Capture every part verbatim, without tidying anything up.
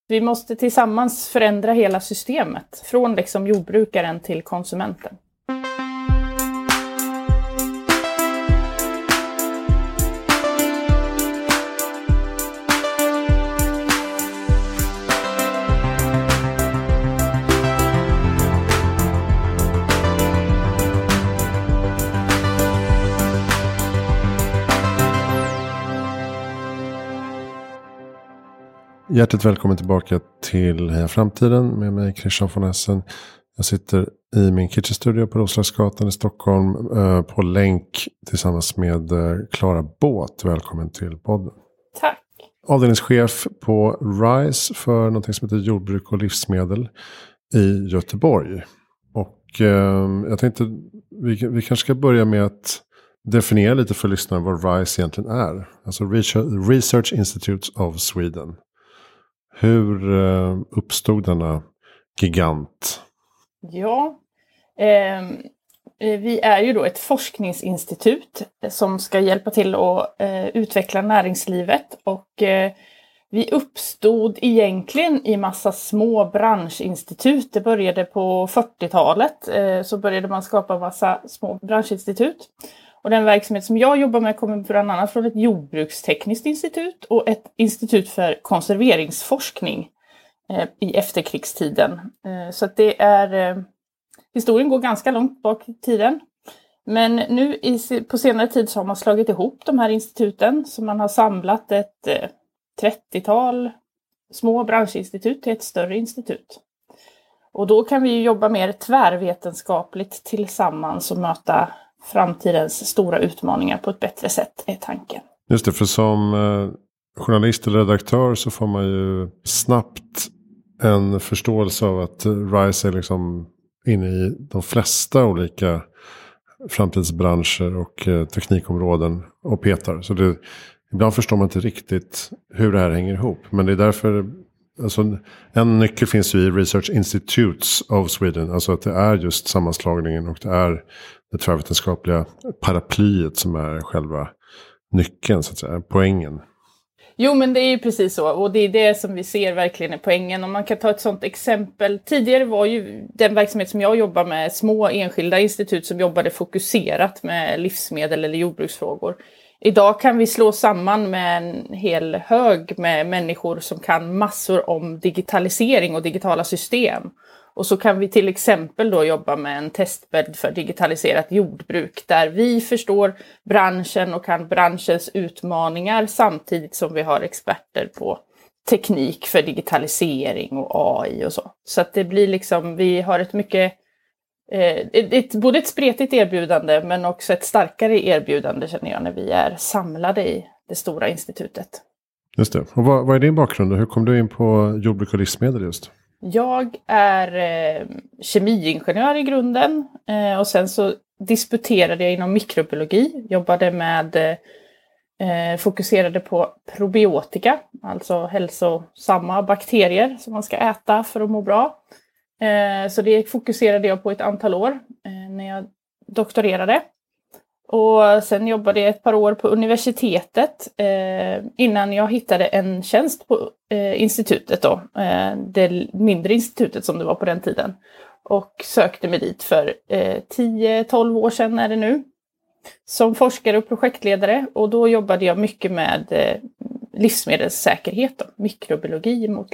Vi måste tillsammans förändra hela systemet, från liksom jordbrukaren till konsumenten. Hjärtligt välkommen tillbaka till Heja Framtiden med mig Christian von Essen. Jag sitter i min kitchenstudio på Roslagsgatan i Stockholm eh, på länk tillsammans med Klara eh, Båt. Välkommen till podden. Tack. Avdelningschef på RISE för något som heter jordbruk och livsmedel i Göteborg. Och eh, jag tänkte vi, vi kanske ska börja med att definiera lite för lyssnarna vad RISE egentligen är. Alltså Research Institutes of Sweden. Hur uh, uppstod denna gigant? Ja, eh, vi är ju då ett forskningsinstitut som ska hjälpa till att eh, utveckla näringslivet. Och eh, vi uppstod egentligen i massa små branschinstitut. Det började på fyrtiotalet, eh, så började man skapa massa små branschinstitut. Och den verksamhet som jag jobbar med kommer bland annat från ett jordbrukstekniskt institut och ett institut för konserveringsforskning eh, i efterkrigstiden. Eh, så att det är, eh, historien går ganska långt bak i tiden. Men nu i, på senare tid så har man slagit ihop de här instituten. Så man har samlat ett eh, trettiotal små branschinstitut till ett större institut. Och då kan vi ju jobba mer tvärvetenskapligt tillsammans och möta framtidens stora utmaningar på ett bättre sätt är tanken. Just det, för som eh, journalist eller redaktör så får man ju snabbt en förståelse av att RISE är liksom inne i de flesta olika framtidsbranscher och eh, teknikområden och petar. Så det, ibland förstår man inte riktigt hur det här hänger ihop. Men det är därför, alltså, en nyckel finns ju i Research Institutes of Sweden. Alltså att det är just sammanslagningen och det är det tvärvetenskapliga paraplyet som är själva nyckeln, så att säga, poängen. Jo, men det är ju precis så. Och det är det som vi ser verkligen är poängen. Om man kan ta ett sådant exempel. Tidigare var ju den verksamhet som jag jobbar med små enskilda institut som jobbade fokuserat med livsmedel eller jordbruksfrågor. Idag kan vi slå samman med en hel hög med människor som kan massor om digitalisering och digitala system. Och så kan vi till exempel då jobba med en testbädd för digitaliserat jordbruk där vi förstår branschen och kan branschens utmaningar samtidigt som vi har experter på teknik för digitalisering och A I och så. Så att det blir liksom, vi har ett mycket, eh, ett, ett, både ett spretigt erbjudande men också ett starkare erbjudande känner jag när vi är samlade i det stora institutet. Just det. Och vad, vad är din bakgrund? Hur kom du in på jordbruk och livsmedel just? Jag är eh, kemiingenjör i grunden eh, och sen så disputerade jag inom mikrobiologi. Jobbade med, eh, fokuserade på probiotika, alltså hälsosamma bakterier som man ska äta för att må bra. Eh, så det fokuserade jag på ett antal år eh, när jag doktorerade. Och sen jobbade jag ett par år på universitetet eh, innan jag hittade en tjänst på eh, institutet då. Eh, det mindre institutet som det var på den tiden. Och sökte mig dit för eh, tio tolv år sedan är det nu. Som forskare och projektledare. Och då jobbade jag mycket med eh, livsmedelssäkerhet då. Mikrobiologi mot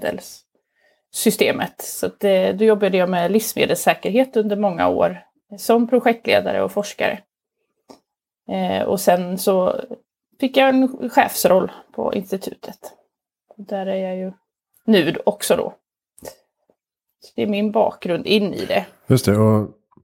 livsmedelssystemet. Så att, eh, då jobbade jag med livsmedelssäkerhet under många år. Som projektledare och forskare. Eh, och sen så fick jag en chefsroll på institutet. Där är jag ju nu också då. Så det är min bakgrund in i det. Just det. Och,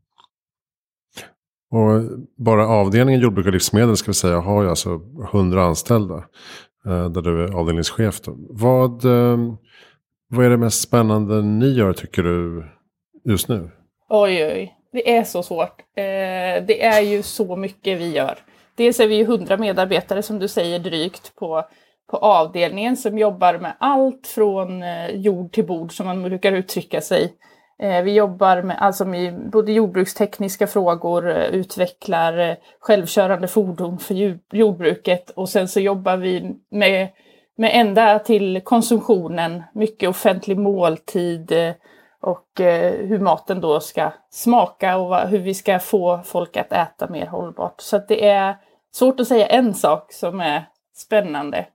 och bara avdelningen jordbruk och livsmedel ska vi säga har ju alltså hundra anställda. Eh, där du är avdelningschef då. Vad, eh, vad är det mest spännande ni gör tycker du just nu? Oj oj. Det är så svårt. Eh, det är ju så mycket vi gör. Dels är vi ju hundra medarbetare som du säger drygt på, på avdelningen som jobbar med allt från eh, jord till bord som man brukar uttrycka sig. Eh, vi jobbar med, alltså med både jordbrukstekniska frågor, eh, utvecklar eh, självkörande fordon för jord, jordbruket och sen så jobbar vi med med ända till konsumtionen, mycket offentlig måltid och hur maten då ska smaka och hur vi ska få folk att äta mer hållbart. Så att det är svårt att säga en sak som är spännande.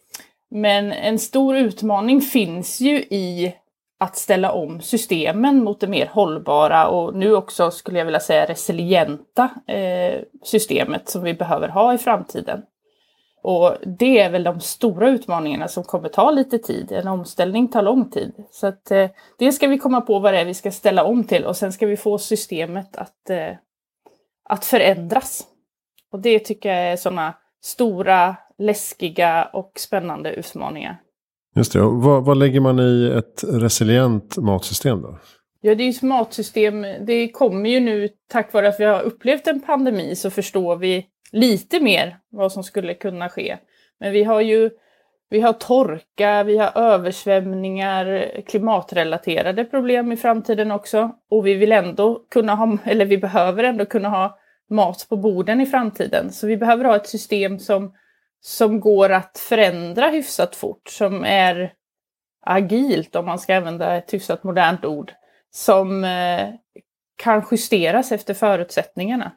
Men en stor utmaning finns ju i att ställa om systemen mot det mer hållbara och nu också skulle jag vilja säga resilienta eh, systemet som vi behöver ha i framtiden. Och det är väl de stora utmaningarna som kommer ta lite tid. En omställning tar lång tid. Så att eh, det ska vi komma på vad det är vi ska ställa om till och sen ska vi få systemet att, eh, att förändras. Och det tycker jag är sådana stora, läskiga och spännande utmaningar. Just det. Och vad, vad lägger man i ett resilient matsystem då? Ja, det är ju ett matsystem. Det kommer ju nu tack vare att vi har upplevt en pandemi så förstår vi lite mer vad som skulle kunna ske. Men vi har ju vi har torka, vi har översvämningar, klimatrelaterade problem i framtiden också. Och vi vill ändå kunna ha, eller vi behöver ändå kunna ha mat på borden i framtiden. Så vi behöver ha ett system som, som går att förändra hyfsat fort. Som är agilt, om man ska använda ett hyfsat modernt ord. Som eh, kan justeras efter förutsättningarna.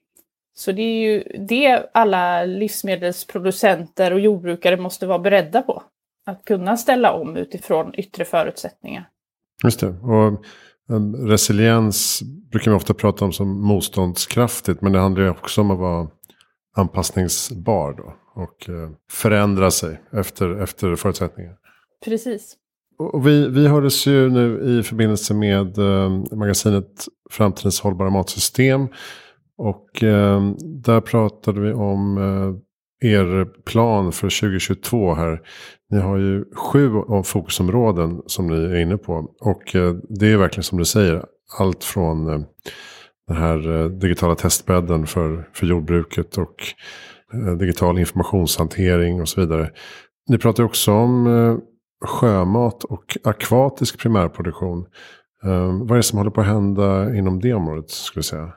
Så det är ju det alla livsmedelsproducenter och jordbrukare måste vara beredda på. Att kunna ställa om utifrån yttre förutsättningar. Just det. Och um, resiliens brukar man ofta prata om som motståndskraftigt. Men det handlar ju också om att vara anpassningsbar då. Och uh, förändra sig efter, efter förutsättningar. Precis. Och, och vi, vi hördes ju nu i förbindelse med uh, magasinet Framtidens hållbara matsystem. Och eh, där pratade vi om eh, er plan för tjugo tjugotvå här. Ni har ju sju fokusområden som ni är inne på. Och eh, det är verkligen som du säger. Allt från eh, den här eh, digitala testbädden för, för jordbruket och eh, digital informationshantering och så vidare. Ni pratar också om eh, sjömat och akvatisk primärproduktion. Eh, vad är det som håller på att hända inom det området skulle jag säga?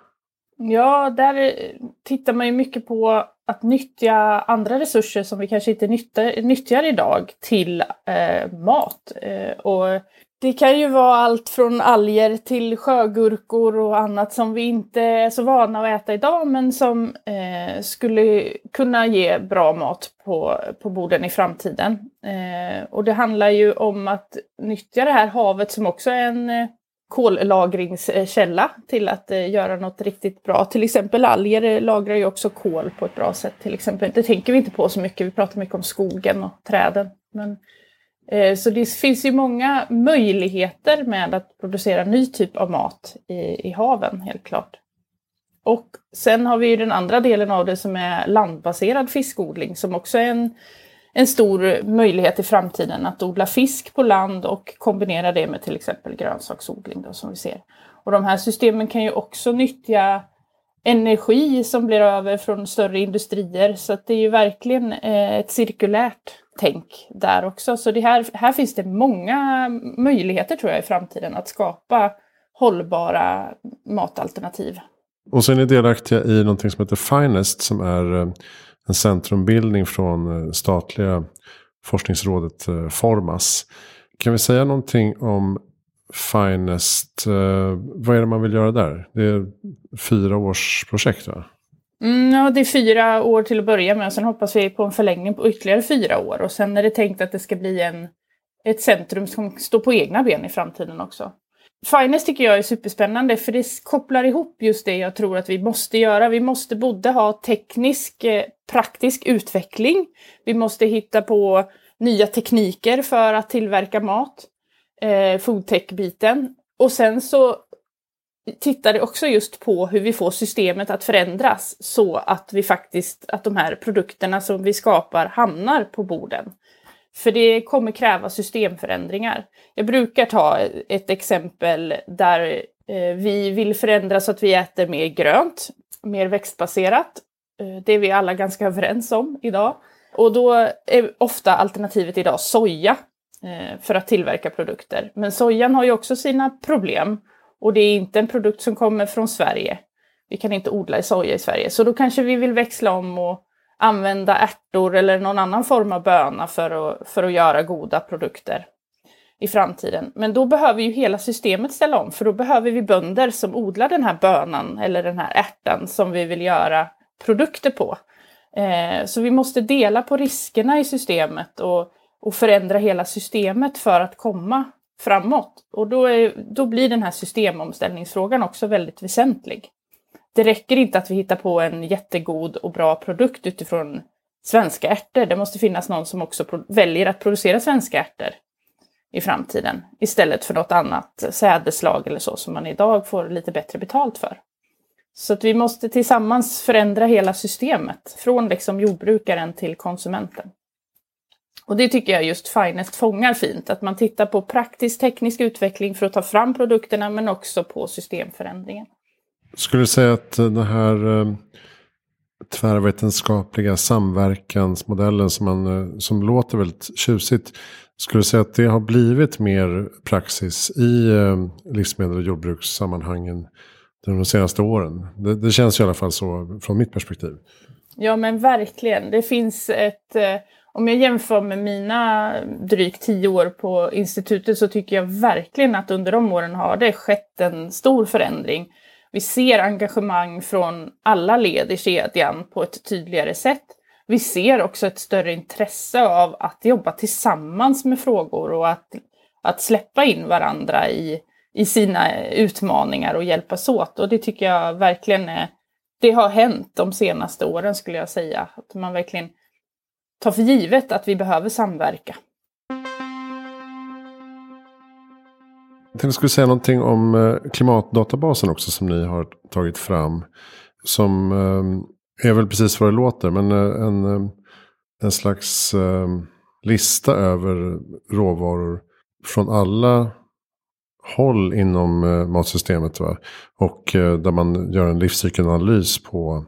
Ja, där tittar man ju mycket på att nyttja andra resurser som vi kanske inte nyttjar, nyttjar idag till eh, mat. Eh, och det kan ju vara allt från alger till sjögurkor och annat som vi inte är så vana att äta idag men som eh, skulle kunna ge bra mat på, på borden i framtiden. Eh, och det handlar ju om att nyttja det här havet som också är en eh, kollagringskälla till att eh, göra något riktigt bra. Till exempel alger lagrar ju också kol på ett bra sätt till exempel. Det tänker vi inte på så mycket. Vi pratar mycket om skogen och träden. Men, eh, så det finns ju många möjligheter med att producera ny typ av mat i, i haven helt klart. Och sen har vi ju den andra delen av det som är landbaserad fiskodling som också är en En stor möjlighet i framtiden att odla fisk på land och kombinera det med till exempel grönsaksodling då, som vi ser. Och de här systemen kan ju också nyttja energi som blir över från större industrier. Så att det är ju verkligen eh, ett cirkulärt tänk där också. Så det här, här finns det många möjligheter tror jag i framtiden att skapa hållbara matalternativ. Och sen är ni delaktiga i någonting som heter Finest som är en centrumbildning från statliga forskningsrådet Formas. Kan vi säga någonting om Finest? Vad är det man vill göra där? Det är fyra års projekt va? Mm, ja, det är fyra år till att börja med. Sen hoppas vi på en förlängning på ytterligare fyra år. Och sen är det tänkt att det ska bli en, ett centrum som står på egna ben i framtiden också. Finest tycker jag är superspännande för det kopplar ihop just det jag tror att vi måste göra. Vi måste både ha teknisk, eh, praktisk utveckling. Vi måste hitta på nya tekniker för att tillverka mat. Eh, foodtech-biten. Och sen så tittar det också just på hur vi får systemet att förändras. Så att vi faktiskt, att de här produkterna som vi skapar hamnar på borden. För det kommer kräva systemförändringar. Jag brukar ta ett exempel där eh, vi vill förändra så att vi äter mer grönt, mer växtbaserat. Eh, det är vi alla ganska överens om idag. Och då är ofta alternativet idag soja eh, för att tillverka produkter. Men sojan har ju också sina problem och det är inte en produkt som kommer från Sverige. Vi kan inte odla soja i Sverige. Så då kanske vi vill växla om och använda ärtor eller någon annan form av böna för att, för att göra goda produkter i framtiden. Men då behöver ju hela systemet ställa om, för då behöver vi bönder som odlar den här bönan eller den här ärtan som vi vill göra produkter på. Eh, så vi måste dela på riskerna i systemet och, och förändra hela systemet för att komma framåt. Och då, är, då blir den här systemomställningsfrågan också väldigt väsentlig. Det räcker inte att vi hittar på en jättegod och bra produkt utifrån svenska ärtor. Det måste finnas någon som också pro- väljer att producera svenska ärtor i framtiden. Istället för något annat sädeslag eller så som man idag får lite bättre betalt för. Så att vi måste tillsammans förändra hela systemet. Från liksom jordbrukaren till konsumenten. Och det tycker jag just Finest fångar fint. Att man tittar på praktisk teknisk utveckling för att ta fram produkterna men också på systemförändringen. Skulle du säga att den här eh, tvärvetenskapliga samverkansmodellen som, man, som låter väldigt tjusigt. Skulle du säga att det har blivit mer praxis i eh, livsmedel- och jordbrukssammanhangen de senaste åren? Det, det känns i alla fall så från mitt perspektiv. Ja men verkligen. Det finns ett... Eh, om jag jämför med mina drygt tio år på institutet så tycker jag verkligen att under de åren har det skett en stor förändring. Vi ser engagemang från alla led i kedjan på ett tydligare sätt. Vi ser också ett större intresse av att jobba tillsammans med frågor och att, att släppa in varandra i, i sina utmaningar och hjälpas åt. Och det tycker jag verkligen är, det har hänt de senaste åren skulle jag säga. Att man verkligen tar för givet att vi behöver samverka. Jag tänkte skulle säga någonting om klimatdatabasen också som ni har tagit fram. Som är väl precis vad det låter, men en, en slags lista över råvaror från alla håll inom matsystemet. Va? Och där man gör en livscykelanalys på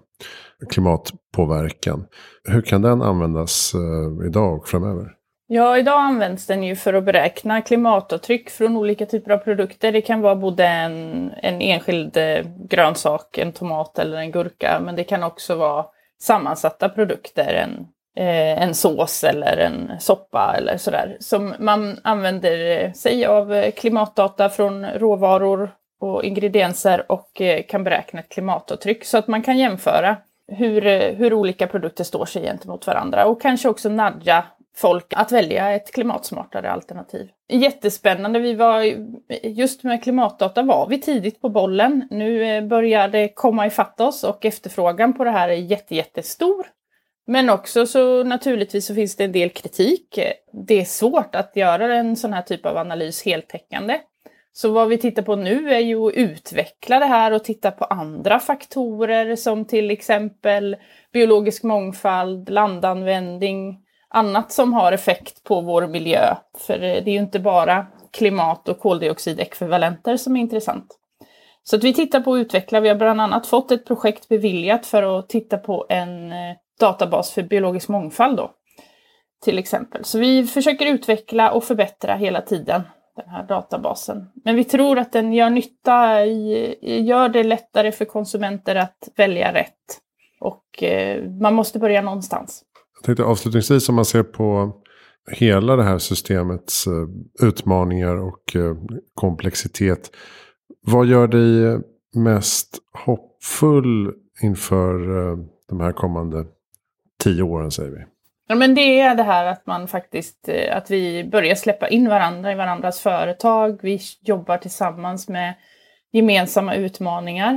klimatpåverkan. Hur kan den användas idag och framöver? Ja, idag används den ju för att beräkna klimatavtryck från olika typer av produkter. Det kan vara både en, en enskild grönsak, en tomat eller en gurka. Men det kan också vara sammansatta produkter, en, eh, en sås eller en soppa eller sådär. Som man använder sig av klimatdata från råvaror och ingredienser och eh, kan beräkna ett klimatavtryck. Så att man kan jämföra hur, hur olika produkter står sig gentemot varandra. Och kanske också nudga folk att välja ett klimatsmartare alternativ. Jättespännande. Vi var, just med klimatdata var vi tidigt på bollen. Nu börjar det komma ifatt oss och efterfrågan på det här är jätte, jättestor. Men också så naturligtvis så finns det en del kritik. Det är svårt att göra en sån här typ av analys heltäckande. Så vad vi tittar på nu är ju att utveckla det här och titta på andra faktorer som till exempel biologisk mångfald, landanvändning, annat som har effekt på vår miljö. För det är ju inte bara klimat- och koldioxidekvivalenter som är intressant. Så att vi tittar på att utveckla. Vi har bland annat fått ett projekt beviljat för att titta på en databas för biologisk mångfald då. Till exempel. Så vi försöker utveckla och förbättra hela tiden den här databasen. Men vi tror att den gör nytta, gör det lättare för konsumenter att välja rätt. Och man måste börja någonstans. Jag tänkte avslutningsvis om man ser på hela det här systemets utmaningar och komplexitet. Vad gör dig mest hoppfull inför de här kommande tio åren säger vi? Ja, men det är det här att man faktiskt, att vi börjar släppa in varandra i varandras företag. Vi jobbar tillsammans med gemensamma utmaningar.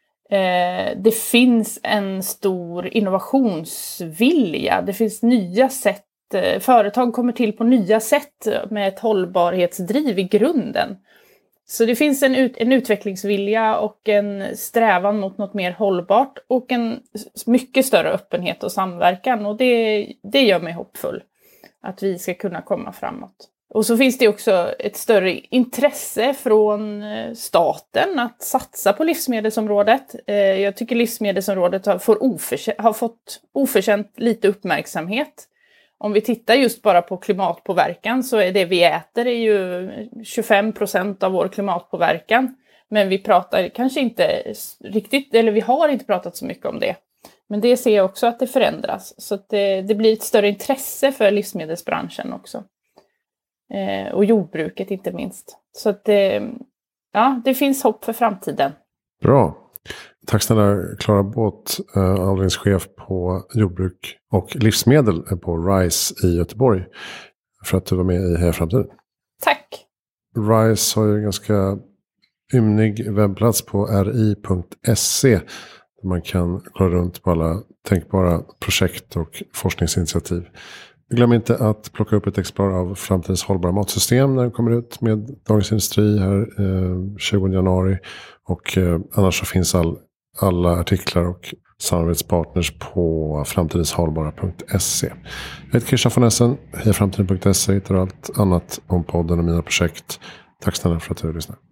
Eh, det finns en stor innovationsvilja. Det finns nya sätt. Eh, företag kommer till på nya sätt med ett hållbarhetsdriv i grunden. Så det finns en, ut, en utvecklingsvilja och en strävan mot något mer hållbart och en mycket större öppenhet och samverkan. Och det, det gör mig hoppfull att vi ska kunna komma framåt. Och så finns det också ett större intresse från staten att satsa på livsmedelsområdet. Jag tycker livsmedelsområdet har, får oförtjänt, har fått oförtjänt lite uppmärksamhet. Om vi tittar just bara på klimatpåverkan så är det vi äter är ju tjugofem procent av vår klimatpåverkan. Men vi pratar kanske inte riktigt, eller vi har inte pratat så mycket om det Men det ser jag också att det förändras. Så att det, det blir ett större intresse för livsmedelsbranschen också. Eh, och jordbruket inte minst. Så att det, ja, det finns hopp för framtiden. Bra. Tack snälla Klara Båth, avdelningschef på jordbruk och livsmedel på RISE i Göteborg. För att du var med i Heja Framtiden. Tack. RISE har ju en ganska ymnig webbplats på r i punkt se. Där man kan kolla runt på alla tänkbara projekt och forskningsinitiativ. Glöm inte att plocka upp ett exemplar av Framtidens hållbara matsystem när den kommer ut med Dagens Industri här eh, tjugonde januari. Och eh, annars så finns all, alla artiklar och samarbetspartners på framtidenshållbara punkt se. Jag heter Christian von Essen, heja framtiden punkt se hittar allt annat om podden och mina projekt. Tack snälla för att du lyssnar.